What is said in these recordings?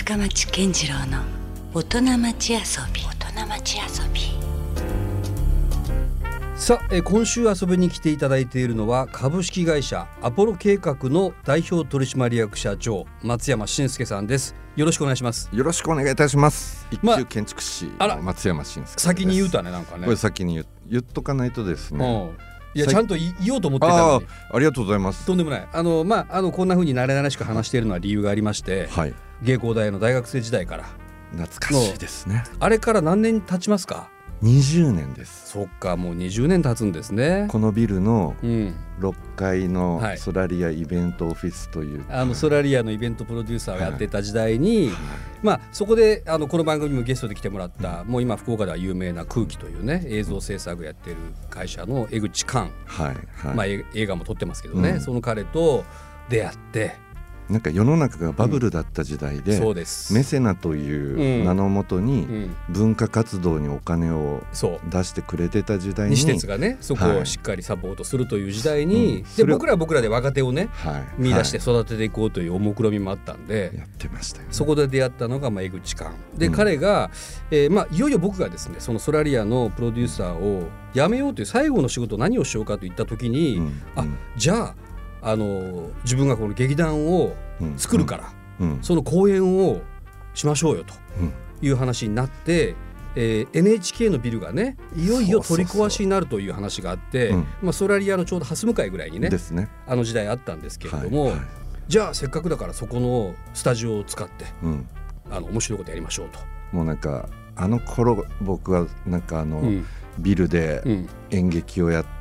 深町健次郎の大人町遊び。 さあ、今週遊びに来ていただいているのは株式会社アポロ計画の代表取締役社長松山信介さんです。よろしくお願いします。 よろしくお願いいたします。一級建築士の松山信介です。 先に言うたね、なんかね。 これ先に言っとかないとですね。 いやちゃんと言おうと思ってたのに。 ありがとうございます。 とんでもない。こんな風に慣れ慣れしく話しているのは理由がありまして、はい、芸工大の大学生時代から懐かしいですね。 あれから何年経ちますか ？20年です。 そっか、もう20年経つんですね。 このビルの6階のソラリアイベントオフィスという、 ソラリアのイベントプロデューサーをやってた時代に、そこでこの番組にもゲストで来てもらった、もう今福岡では有名な空気というね映像制作やってる会社の江口寛、映画も撮ってますけどね、その彼と出会って、 なんか世の中がバブルだった時代で、 そうです。 メセナという名のもとに文化活動にお金を出してくれてた時代に、 西鉄がねそこをしっかりサポートするという時代に、で僕らは僕らで若手をね、見出して育てていこうという目論みもあったんで、 やってましたよね。 そこで出会ったのが江口寛で、彼が、いよいよ僕がですねそのソラリアのプロデューサーを辞めようという最後の仕事何をしようかといった時に、じゃあ自分がこの劇団を作るから、その公演をしましょうよという話になって、NHK のビルがねいよいよ取り壊しになるという話があって、ソラリアのちょうど蓮向かいぐらいにねあの時代あったんですけれども、じゃあせっかくだからそこのスタジオを使って、面白いことやりましょうと。 もうなんかあの頃僕はなんかビルで演劇をやって、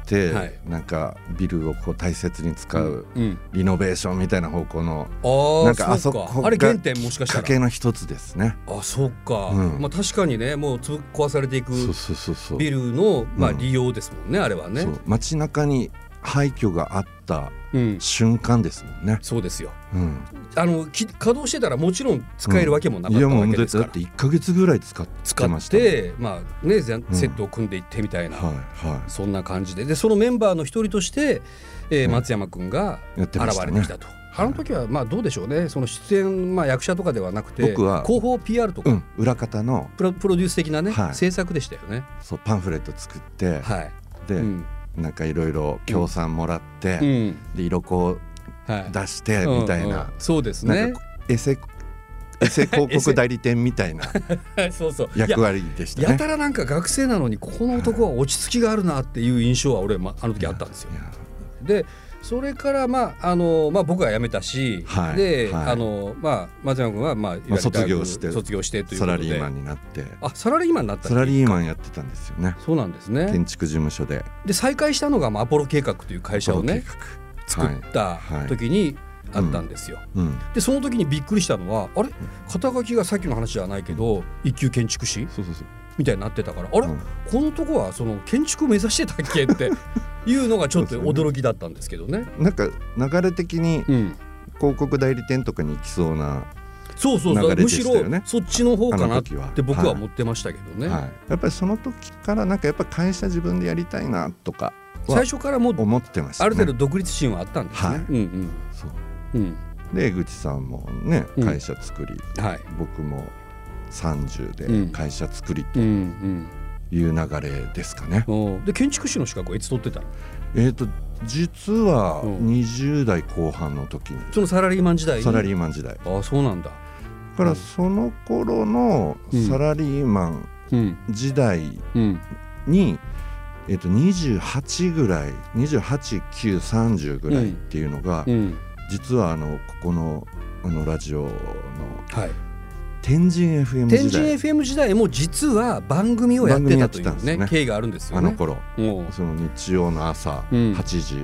なんかビルをこう大切に使うリノベーションみたいな方向の、なんかあそこがあれ原点もしかしたら家系の一つですね。 そうか、確かにねもう壊されていくビルの利用ですもんね、あれはね。 街中に廃墟があった瞬間ですもんね。 そうですよ、稼働してたらもちろん使えるわけもなかったわけですから、 だって1ヶ月ぐらい使ってました、 セットを組んでいってみたいな、そんな感じでそのメンバーの一人として、松山君が現れてきたと。あの時はどうでしょうね、その出演、役者とかではなくて僕は広報 PR とか、 裏方のプロデュース的なね、制作でしたよね。 そうパンフレット作って、で、なんかいろいろ協賛もらって、で色子出してみたいな、 そうですね、 エセ広告代理店みたいな役割でしたね。 やたらなんか学生なのにここの男は落ち着きがあるなっていう印象は俺、あの時あったんですよ。でそれから僕は辞めたし、で松山君は卒業してということでサラリーマンになって、 サラリーマンになった。 サラリーマンやってたんですよね。 そうなんですね。 建築事務所で再開したのがアポロ計画という会社をね作った時にあったんですよ。でその時にびっくりしたのは、あれ肩書きがさっきの話じゃないけど一級建築士みたいになってたから、あれ、このとこはその建築を目指してたっけっていうのがちょっと驚きだったんですけどね。 なんか流れ的に広告代理店とかに行きそうな流れでしたよね。 むしろそっちの方かなって僕は思ってましたけどね。 やっぱりその時からなんかやっぱ会社自分でやりたいなとか最初からも思ってましたね。 ある程度独立心はあったんですね。 で江口さんもね会社作り、僕も30で会社作りという流れですかね。 で建築士の資格はいつ取ってたの？ 実は20代後半の時に、 そのサラリーマン時代に。 サラリーマン時代。 そうなんだ。 だからその頃のサラリーマン時代に28ぐらい、28、9、30ぐらいっていうのが、実はここのラジオの天神 FM 時代、 天神 FM 時代も実は番組をやってたというね経緯があるんですよね。 あの頃その日曜の朝8時、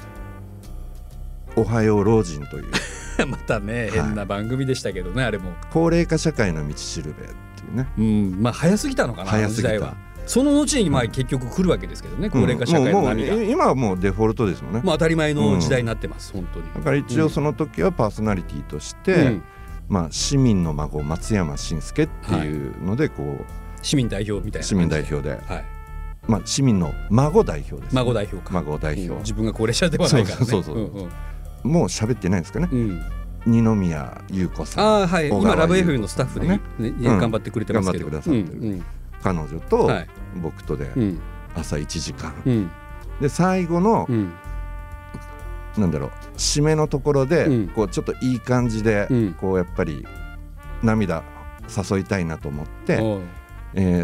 おはよう老人というまたね変な番組でしたけどね、あれも高齢化社会の道しるべっていうね、 早すぎたのかな、あの時代は。その後に結局来るわけですけどね、高齢化社会の波が。 今はもうデフォルトですもんね。 当たり前の時代になってます、本当に。 だから一応その時はパーソナリティとして、市民の孫松山信介っていうので市民代表みたいな。 市民代表で、市民の孫代表です、 孫代表か。 孫代表、 自分が高齢者ではないからね。 もう喋ってないですかね。 二宮優子さん、 はい、今ラブ FM のスタッフで、ね頑張ってくれてますけど、 頑張ってくださってる、彼女と僕とで朝1時間、で最後の、なんだろう、締めのところで、こうちょっといい感じで、こうやっぱり涙誘いたいなと思って、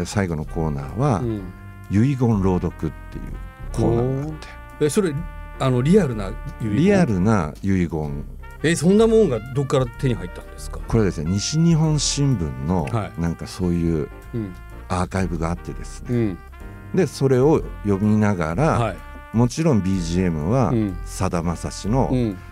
最後のコーナーは、遺言朗読っていうコーナーがあって、 それリアルな遺言、 そんなもんがどっから手に入ったんですか？ これですね、西日本新聞のなんかそういうアーカイブがあってですね、でそれを読みながら、もちろん BGM はさだまさしの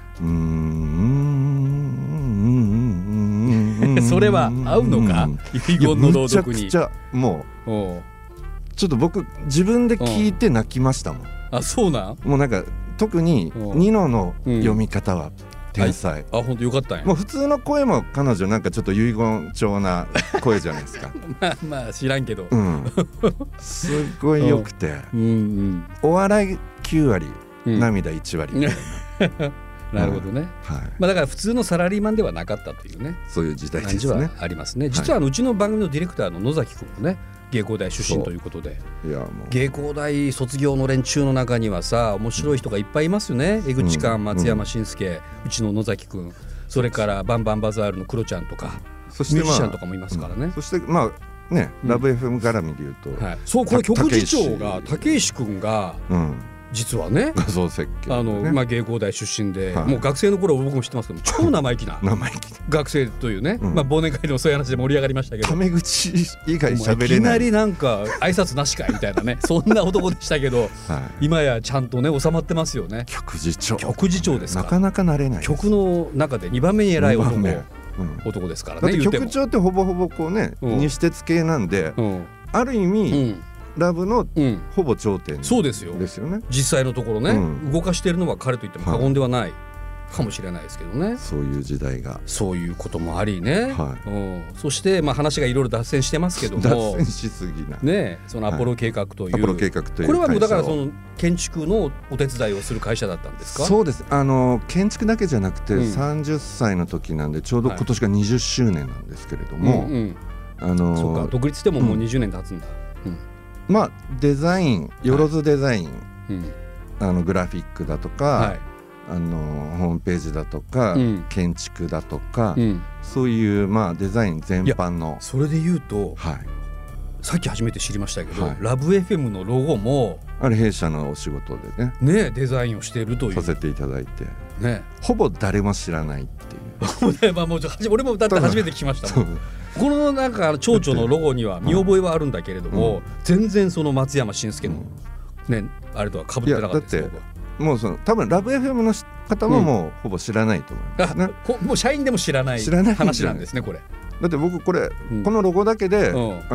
それは合うのか？遺言の朗読に。 むちゃくちゃもうちょっと僕自分で聞いて泣きましたもん。 あ、そうなん？ もうなんか特にニノの読み方は天才。 本当よかったんや。 もう普通の声も彼女なんかちょっと遺言調な声じゃないですか。 まあ知らんけど、 すごいよくて、お笑い9割、涙1割みたいな。 なるほどね。だから普通のサラリーマンではなかったというね、 そういう時代ですね。 感じはありますね。実はうちの番組のディレクターの野崎君もね、芸工大出身ということで、芸工大卒業の連中の中にはさ、面白い人がいっぱいいますよね。江口寛、松山真介、うちの野崎君、それからバンバンバザールのクロちゃんとか、ミュージシャンとかもいますからね。 そしてまあね、ラブ FM 絡みでいうと、 そう、これ局次長が武石君が実はね、 画像設計芸工大出身で、もう学生の頃僕も知ってますけど、超生意気な学生というね、忘年会でもそういう話で盛り上がりましたけど、 タメ口以外喋れない、いきなりなんか挨拶なしかいみたいなね、そんな男でしたけど、今やちゃんとね収まってますよね。 局次長ですか。 なかなかなれない。 局の中で2番目に偉い男ですからね。 局長ってほぼほぼこうね、西鉄系なんで、ある意味ラブのほぼ頂点ですよね。 実際のところね、動かしているのは彼と言っても過言ではないかもしれないですけどね。 そういう時代が、 そういうこともありね。そして話がいろいろ脱線してますけども、 脱線しすぎなね、そのアポロ計画という、 これはもうだからその建築のお手伝いをする会社だったんですか？ そうです。建築だけじゃなくて、30歳の時なんで、ちょうど今年が20周年なんですけれども、 そうか、独立してももう20年経つんだ。 まあデザイン、よろずデザイン、グラフィックだとか、ホームページだとか、建築だとか、そういうまあデザイン全般の。 それで言うと、さっき初めて知りましたけど、ラブ FM のロゴもあれ弊社のお仕事でねデザインをしているという、 させていただいて、ほぼ誰も知らないっていう。 もう俺もだって初めて聞きましたもん。このなんか蝶々のロゴには見覚えはあるんだけれども、全然その松山真介のねあれとは被ってなかったです。 だってもう多分ラブ FM の方ももうほぼ知らないと思いますね。 もう社員でも知らない話なんですね、これ。 だって僕このロゴだけで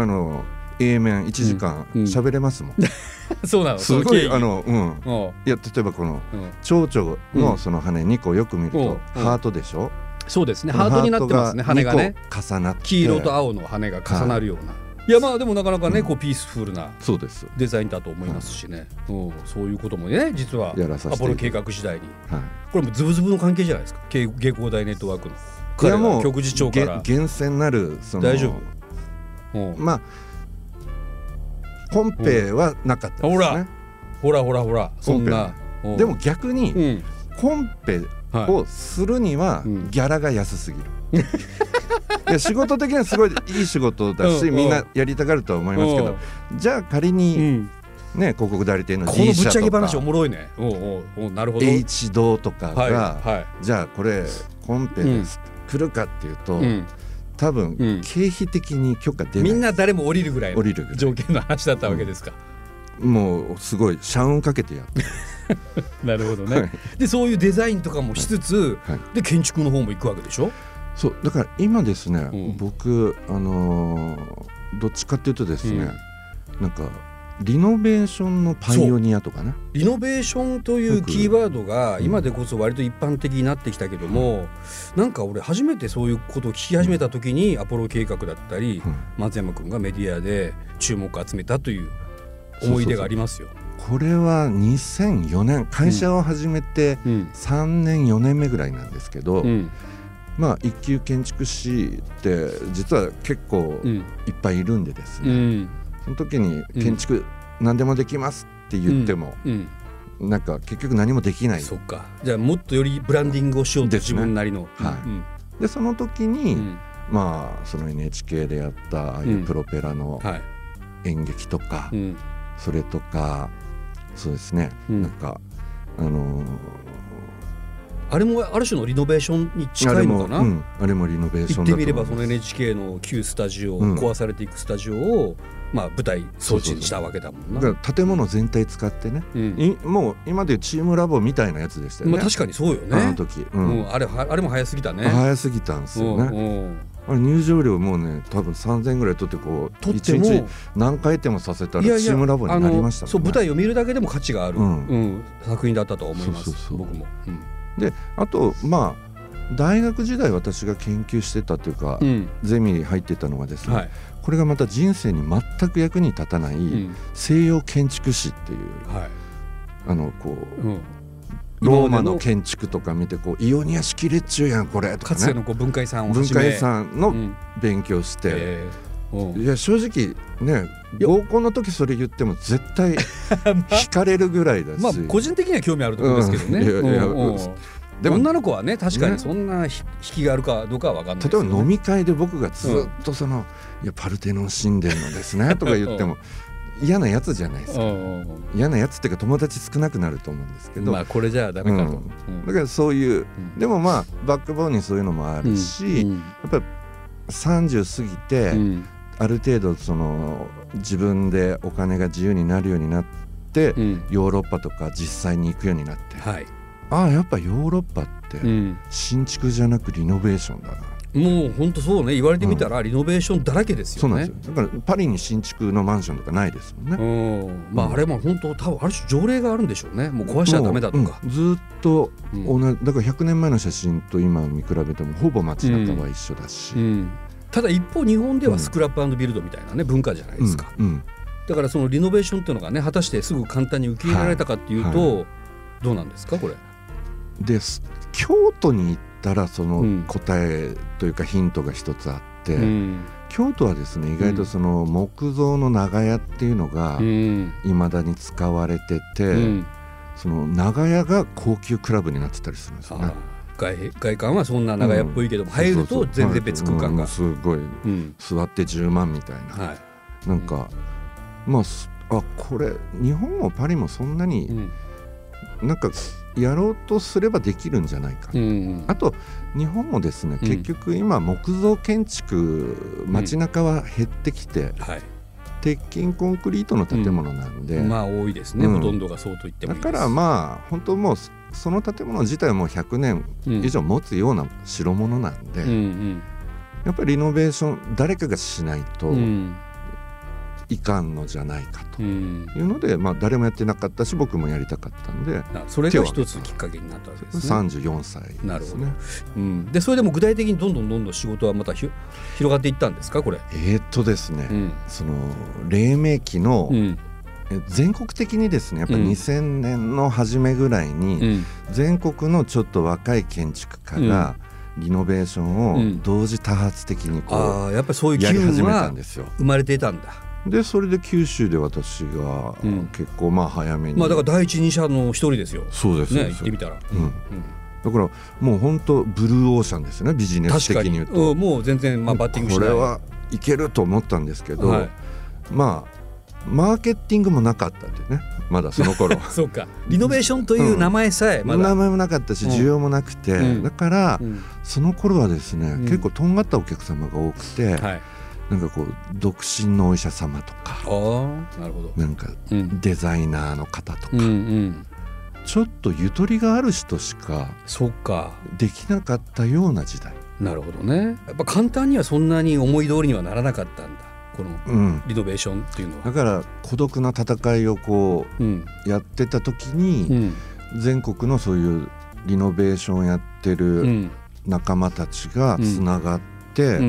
A 面1時間喋れますもん。 そうなの。 すごいいや、例えばこの蝶々のその羽にこうよく見るとハートでしょ。 そうですね、ハートになってますね、羽がね、 重なって黄色と青の羽が重なるような。いやまあでもなかなかね、こうピースフルなデザインだと思いますしね。そういうこともね、実はアポロ計画時代に、これもズブズブの関係じゃないですか。芸工大ネットワークの彼は局次長から厳選なる大丈夫。 まあ本編はなかったですね。 ほらそんな。 でも逆に本編をするにはギャラが安すぎる。いや仕事的にはすごいいい仕事だし、みんなやりたがるとは思いますけど、じゃあ仮にね、広告代理店の D 社とか、 このぶっちゃけ話おもろいね。なるほど。 H 堂とかがじゃあこれコンペで来るかっていうと、多分経費的に許可出ない。 みんな誰も降りるぐらいの条件の話だったわけですか。 もうすごい社運かけてやってなるほどね。でそういうデザインとかもしつつ、で建築の方も行くわけでしょ。 そうだから今ですね、僕どっちかっていうとですね、なんかリノベーションのパイオニアとかね。 リノベーションというキーワードが今でこそ割と一般的になってきたけども、なんか俺初めてそういうことを聞き始めた時にアポロ計画だったり、松山君がメディアで注目を集めたという思い出がありますよ。 これは2004年会社を始めて3年4年目ぐらいなんですけど、 まあ一級建築士って実は結構いっぱいいるんでですね、その時に建築何でもできますって言っても、なんか結局何もできない。 そうか。じゃあもっとよりブランディングをしようと、自分なりの。 でその時に、まあその NHK でやったああいうプロペラの演劇とか、それとかそうですね、なんかあれもある種のリノベーションに近いのかな。 あれもリノベーションだと思います。 言ってみればその NHK の旧スタジオ、壊されていくスタジオをまあ舞台装置にしたわけだもんな。 だから建物全体使ってね、もう今でいうチームラボみたいなやつでしたよね。 確かにそうよね。 あの時、 あれも早すぎたね。 早すぎたんですよね。あれ入場料もうね多分3000円ぐらい取ってこう1日何回転もさせたらチームラボになりましたもんね。 そう、舞台を見るだけでも価値がある作品だったと思います。僕も。 であとまあ大学時代私が研究してたというか、ゼミに入ってたのがですね、これがまた人生に全く役に立たない西洋建築史っていう、こうローマの建築とか見てこうイオニア式列柱やんこれとかね、 かつての文化遺産を文化遺産の勉強して、いや正直ね合コンの時それ言っても絶対惹かれるぐらいだし、 まあ個人的には興味あるところですけどね。でも女の子はね確かにそんな引きがあるかどうかは分かんないですよね。 例えば飲み会で僕がずっといやパルテノン神殿のですねとか言っても嫌なやつじゃないですか。嫌なやつっていうか友達少なくなると思うんですけど、 まあこれじゃダメかと。 だからそういうでもまあバックボーンにそういうのもあるし、やっぱり30過ぎてある程度自分でお金が自由になるようになって、ヨーロッパとか実際に行くようになって、やっぱヨーロッパって新築じゃなくリノベーションだな。 もう本当そうね、言われてみたらリノベーションだらけですよね。 そうなんですよ。だからパリに新築のマンションとかないですもんね。 まああれも本当多分ある種条例があるんでしょうね。もう壊しちゃダメだとか。 ずっとだから100年前の写真と今見比べてもほぼ街中は一緒だし。 ただ一方日本ではスクラップ&ビルドみたいなね文化じゃないですか。だからそのリノベーションっていうのがね果たしてすぐ簡単に受け入れられたかっていうとどうなんですかこれ。 で京都に行ったらその答えというかヒントが一つあって、京都はですね意外とその木造の長屋っていうのがいまだに使われてて、その長屋が高級クラブになってたりするんですよね。 外観はそんな長屋っぽいけども、入ると全然別空間がすごい、座って10万みたいな、なんかまあこれ日本もパリもそんなになんかやろうとすればできるんじゃないか、あと日本もですね、結局今木造建築街中は減ってきて、鉄筋コンクリートの建物なんで、 まあ多いですね、ほとんどがそうと言ってもいいです。 だからまあ本当もうその建物自体はもう100年以上持つような代物なんで、やっぱりリノベーション誰かがしないといかんのじゃないかというので、まあ誰もやってなかったし僕もやりたかったんで、 それが一つきっかけになったわけですね。 34歳ですね。 なるほど。でそれでも具体的にどんどん仕事はまた広がっていったんですかこれ。 ですね、その黎明期の全国的にですねやっぱ2000年の初めぐらいに全国のちょっと若い建築家がリノベーションを同時多発的にこうやっぱりそういう機運が生まれていたんだ。でそれで九州で私が結構まあ早めに、 だから第一人者の一人ですよ。 そうですね、 行ってみたら、 だからもう本当ブルーオーシャンですよねビジネス的に言うと。 もう全然バッティングしない。 これはいけると思ったんですけど、まあマーケティングもなかったっていうねまだその頃そうか、リノベーションという名前さえまだ、 名前もなかったし需要もなくて、だから、その頃はですね、結構とんがったお客様が多くて、なんかこう独身のお医者様とか、 なるほど、 なんかデザイナーの方とか、ちょっとゆとりがある人しかできなかったような時代。 なるほどね。やっぱ簡単にはそんなに思い通りにはならなかったんだこのリノベーションっていうのは。 だから孤独な戦いをこうやってた時に、全国のそういうリノベーションやってる仲間たちがつながって、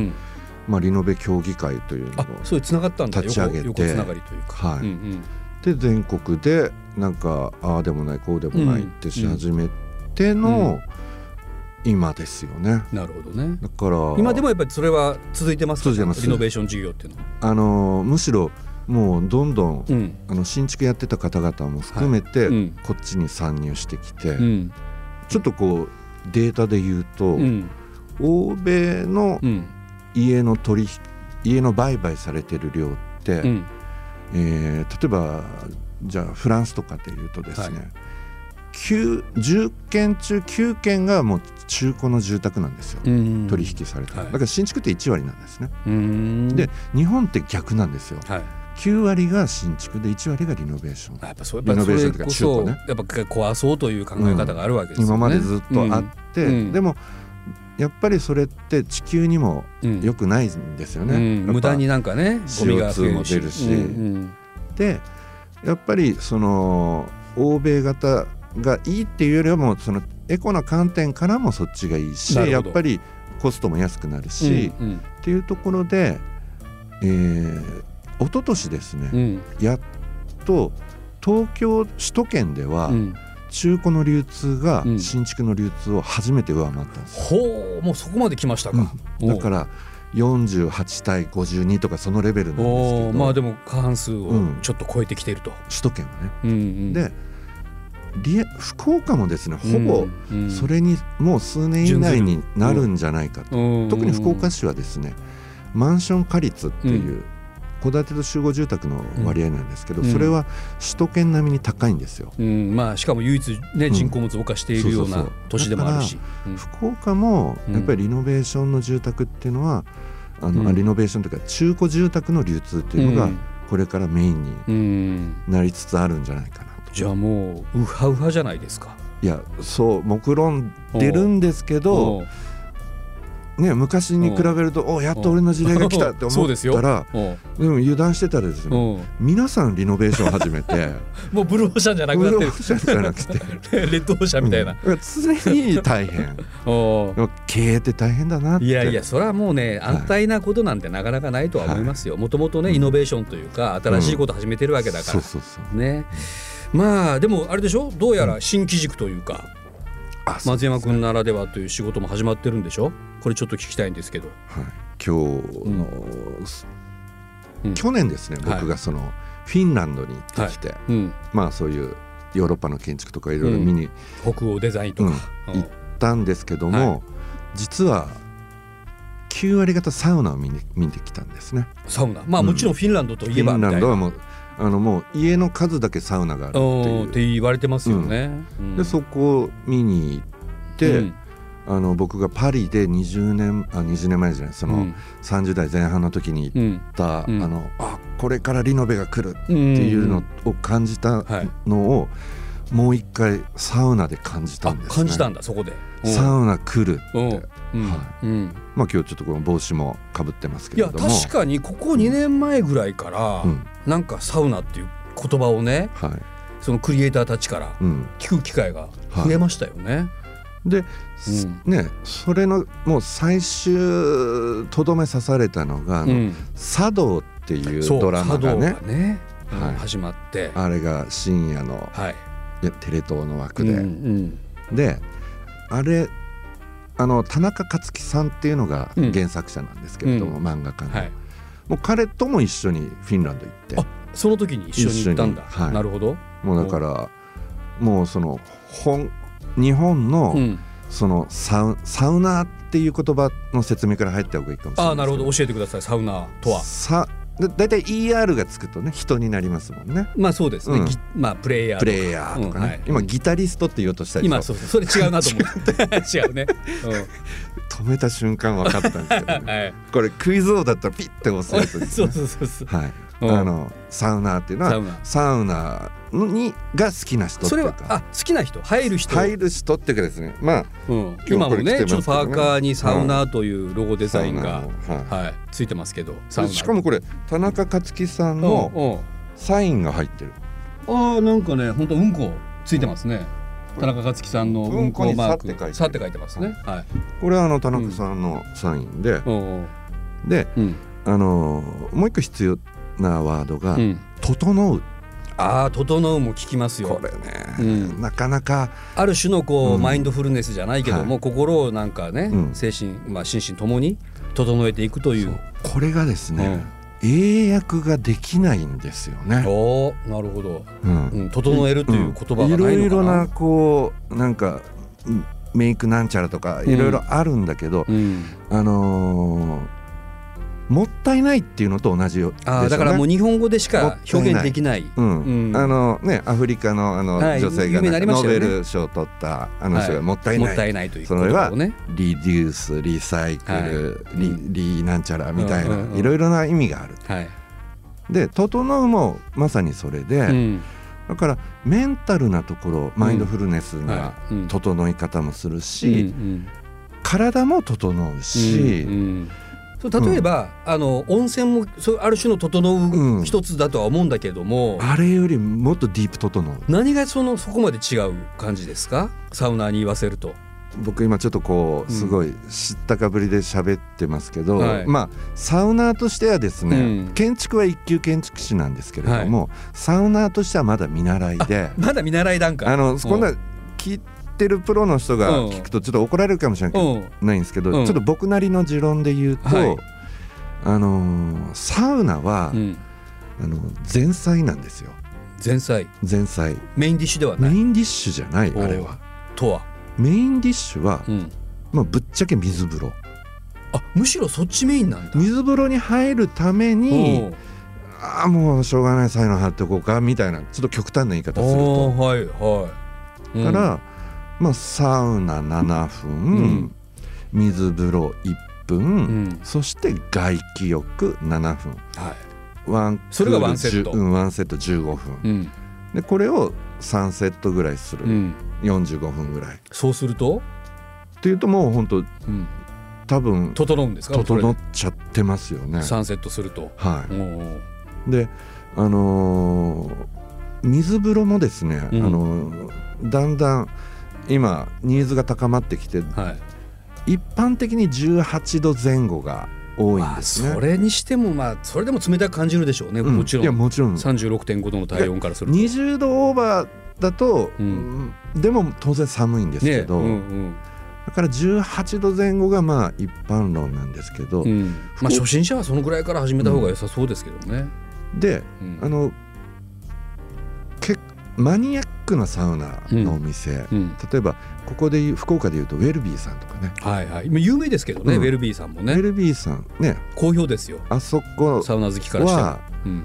まあ、リノベ協議会というのをそういうつながったんだ、 立ち上げて、 横つながりというか、 で全国でなんかああでもないこうでもないってし始めての、 今ですよね。 なるほどね。 だから今でもやっぱりそれこ続いてますか？ 続いてます。 リノベーション事業っていうのはむしろもうどんどん、新築やってた方々も含めて、こっちに参入してきて、ちょっとこうデータで言うと、欧米の家の売買されてる量って、例えばじゃあフランスとかでいうとですね、10件中9件がもう中古の住宅なんですよ、取引されて、だから新築って1割なんですね。で日本って逆なんですよ、9割が新築で1割がリノベーション。 やっぱそれこそやっぱ壊そうという考え方があるわけですよね。 今までずっとあって、でもやっぱりそれって地球にも良くないんですよね、 無駄になんかねゴミが増えるし CO2 も出るし、でやっぱりその欧米型がいいっていうよりはもうそのエコな観点からもそっちがいいし、やっぱりコストも安くなるし、っていうところで、一昨年ですね、やっと東京首都圏では、中古の流通が新築の流通を初めて上回ったんです。 ほう、もうそこまで来ましたか。 だから48対52とかそのレベルなんですけど、 まあでも過半数をちょっと超えてきていると、 首都圏はね、で福岡もですねほぼそれにもう数年以内になるんじゃないかと、特に福岡市はですねマンション化率っていう戸建てと集合住宅の割合なんですけど、それは首都圏並みに高いんですよ、まあ、しかも唯一、ね、人口も増加しているような都市でもあるし、 福岡もやっぱりリノベーションの住宅っていうのはリノベーションというか中古住宅の流通っていうのがこれからメインになりつつあるんじゃないかなと。 じゃあもうウハウハじゃないですか。 いやそう目論んでるんですけど、ね、昔に比べるとやっと俺の時代が来たって思ったらでも油断してたらですね、皆さんリノベーション始めてもうブルーオーシャンじゃなくなってる。 ブルーオーシャンじゃなくてレッドオーシャンみたいな、 常に大変経営って大変だなって。 いやいやそれはもうね安泰なことなんてなかなかないとは思いますよ。もともとねイノベーションというか新しいこと始めてるわけだからね。まあでもあれでしょ、どうやら新機軸というか、松山君ならではという仕事も始まってるんでしょ。これちょっと聞きたいんですけど、 今日の、去年ですね、僕がそのフィンランドに行ってきて、まあそういうヨーロッパの建築とかいろいろ見に、 北欧デザインとか、 行ったんですけども、実は9割方サウナを見てきたんですね。 サウナ、まあもちろんフィンランドといえばみたいな。 フィンランドはもう家の数だけサウナがあるって言われてますよね。 でそこを見に行って、僕がパリで20年前じゃない、その30代前半の時に行った、これからリノベが来るっていうのを感じたのを、もう一回サウナで感じたんですね。 感じたんだそこで。 サウナ来るって。まあ今日ちょっとこの帽子もかぶってますけれども、 いや確かにここ2年前ぐらいから、なんかサウナっていう言葉をね、そのクリエイターたちから聞く機会が増えましたよね。 で、それのもう最終とどめ刺されたのが茶道っていうドラマがね始まって、 あれが深夜のテレ東の枠で、であれ田中克樹さんっていうのが原作者なんですけれども、漫画家の、もう彼とも一緒にフィンランド行って、 その時に一緒に行ったんだ。なるほど。 もうだからもうその日本のそのサウナっていう言葉の説明から入った方がいいかもしれない。 なるほど、教えてください。サウナとはだいたい ER がつくとね人になりますもんね。 まあそうですね、プレイヤーとかね、今ギタリストって言おうとしたり、 今それ違うなと思って違うね、 止めた瞬間分かったんですけどね、これクイズ王だったらピッて押すやつですね。サウナーっていうのはサウナが好きな人っていうか、 それは好きな人、入る人っていうかですね、まあ今もねちょっとパーカーにサウナーというロゴデザインがついてますけど、 しかもこれ田中克樹さんのサインが入ってる。 なんかね本当うんこついてますね。田中克樹さんのうんこマーク、さって書いてますね。 これは田中さんのサインで、もう一個必要なワードが整う。 整うも聞きますよこれね、なかなかある種のこう、マインドフルネスじゃないけども、心をなんかね、精神、心身ともに整えていくという。 これがですね、英訳ができないんですよね。 なるほど、整えるという言葉がないのかな。 いろいろなこうなんかメイクなんちゃらとかいろいろあるんだけど、もったいないっていうのと同じよですよね。 だからもう日本語でしか表現できない。 アフリカの女性がノーベル賞を取った人がもったいないということをね。それはリデュース、リサイクル、リなんちゃらみたいないろいろな意味がある。で整うもまさにそれで、だからメンタルなところマインドフルネスな整い方もするし、体も整うし、 例えば、温泉もある種の整う一つだとは思うんだけども、 あれよりもっとディープ整う。 何がそこまで違う感じですか、サウナーに言わせると。 僕今ちょっとこうすごい知ったかぶりで喋ってますけど、サウナーとしてはですね、建築は一級建築士なんですけれども、サウナーとしてはまだ見習いで、 まだ見習い段階。 こんな聞いてるプロの人が聞くとちょっと怒られるかもしれないんですけど、ちょっと僕なりの持論で言うと、サウナは、前菜なんですよ。前菜メインディッシュではない。 メインディッシュじゃない。あれはとはメインディッシュは、ぶっちゃけ水風呂。 むしろそっちメインなんだ。 水風呂に入るためにもうしょうがないサウナ入っておこうかみたいな、ちょっと極端な言い方すると、だからサウナ7分、水風呂1分、そして外気浴7分、 それがワンセット、 ワンセット15分、でこれを3セットぐらいする、45分ぐらい。そうするとっていうともう本当、多分整うんですか。 整っちゃってますよね、 3セットすると。 で水風呂もですね、だんだん今ニーズが高まってきて、一般的に18度前後が多いんですね。 それにしてもそれでも冷たく感じるでしょうね。もちろん。いやもちろん 36.5 度の体温からすると 20度オーバーだと、でも当然寒いんですけど、だから18度前後が一般論なんですけど、 初心者はそのぐらいから始めた方が良さそうですけどね。 で、マニアックなサウナのお店、例えばここで福岡でいうとウェルビーさんとかね、 今有名ですけどね、ウェルビーさんもね。 ウェルビーさんね、 好評ですよ。 あそこサウナ好きからしたら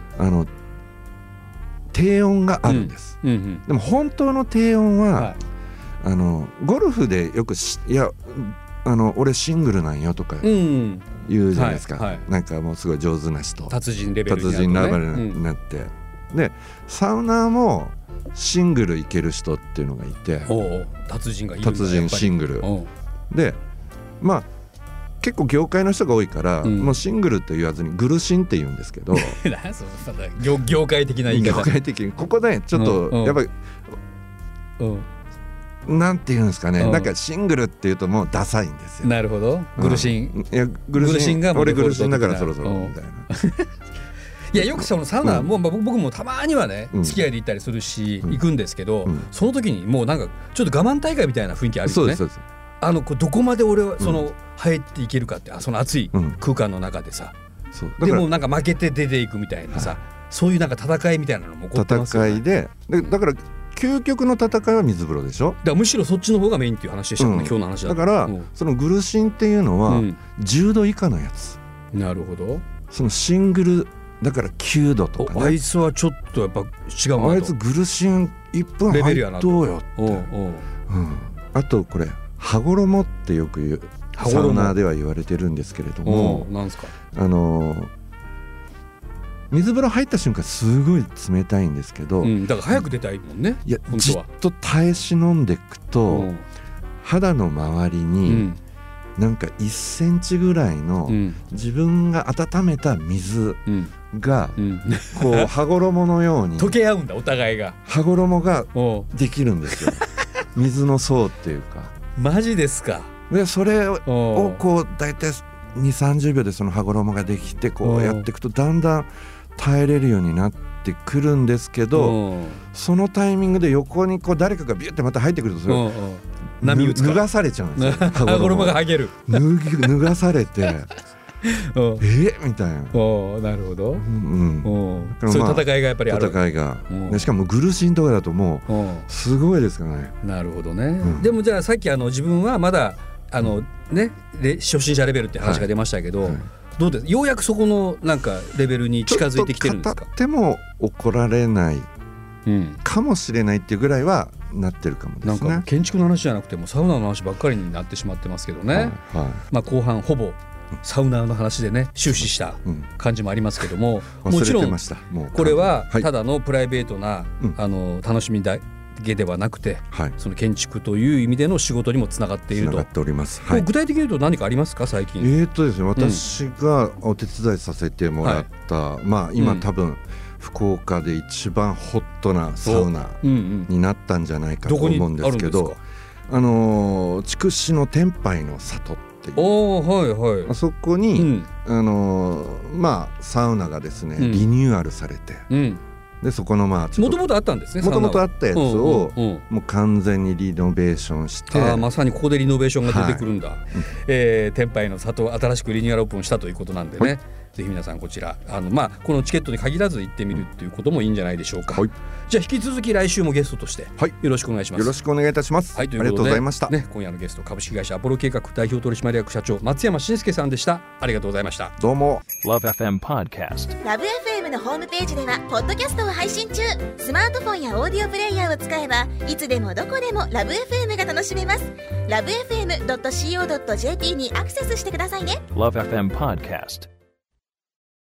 低温があるんです。でも本当の低温は、ゴルフでよく俺シングルなんよとか言うじゃないですか。なんかもうすごい上手な人、 達人レベルになって、でサウナーもシングルいける人っていうのがいて、 達人がいるんだ。 達人シングルで、結構業界の人が多いから、もうシングルって言わずにグルシンって言うんですけど業界的な言い方。 業界的にここでちょっとやっぱりなんて言うんですかね、なんかシングルっていうともうダサいんですよ。 なるほど。グルシン、 グルシンが俺グルシンだからそろそろみたいな。 いやよくそのサウナも僕もたまにはね付き合いで行ったりするし行くんですけど、その時にもうなんかちょっと我慢大会みたいな雰囲気あるよね。どこまで俺は入っていけるかって、その暑い空間の中でさ、でもなんか負けて出ていくみたいなさ、そういうなんか戦いみたいなのも起こってますよね。 戦いでだから究極の戦いは水風呂でしょ。 だからむしろそっちの方がメインっていう話でしたもんね、今日の話だと。 だからそのグルシンっていうのは10度以下のやつ。 なるほど。 そのシングルだから9度とかね。 あいつはちょっとやっぱ違うなと。 あいつグルシン1分入っとうよって。あとこれ羽衣ってよく言うサウナーでは言われてるんですけれども、 なんすか。 水風呂入った瞬間すごい冷たいんですけど、 だから早く出たいもんね。 いやじっと耐え忍んでいくと、肌の周りになんか1センチぐらいの自分が温めた水がこう羽衣のように溶け合うんだ、お互いが。 羽衣ができるんですよ。水の層っていうか。 マジですか。 でそれをこう大体2、30秒でその羽衣ができてこうやっていくとだんだん耐えれるようになってくるんですけど、そのタイミングで横にこう誰かがビュッてまた入ってくるとそれ波打つ脱がされちゃうんですよ。 羽衣が剥げる脱がされてみたいな。 なるほど、そういう戦いがやっぱりある。 戦いが、しかもグルシンとかだともうすごいですからね。 なるほどね、でもじゃあさっき自分はまだ初心者レベルって話が出ましたけど、どうですようやくそこのなんかレベルに近づいてきてるんですか？ ちょっと語っても怒られないかもしれないっていうぐらいはなってるかもですね。 なんか建築の話じゃなくてもサウナの話ばっかりになってしまってますけどね、後半ほぼサウナーの話でね終始した感じもありますけども、もちろんこれはただのプライベートな楽しみだけではなくて、その建築という意味での仕事にもつながっていると。 つながっております。 具体的に言うと何かありますか最近？ ですね、私がお手伝いさせてもらった、今多分福岡で一番ホットなサウナになったんじゃないかと思うんですけど、筑紫の天拝の里っていう、あそこに、サウナがですね、リニューアルされて、でそこのもともとあったんですね。 もともとあったやつをもう完全にリノベーションして、 まさにここでリノベーションが出てくるんだ。天拝の里新しくリニューアルオープンしたということなんでね、ぜひ皆さんこちらこのチケットに限らず行ってみるっていうこともいいんじゃないでしょうか。じゃあ引き続き来週もゲストとしてよろしくお願いします。 よろしくお願いいたします。ありがとうございました。 今夜のゲスト株式会社アポロ計画代表取締役社長松山伸介さんでした。ありがとうございました。 どうも。 LoveFM Podcast。 LoveFM のホームページではポッドキャストを配信中。スマートフォンやオーディオプレイヤーを使えばいつでもどこでも LoveFM が楽しめます。 LoveFM.co.jp にアクセスしてくださいね。 LoveFM Podcast。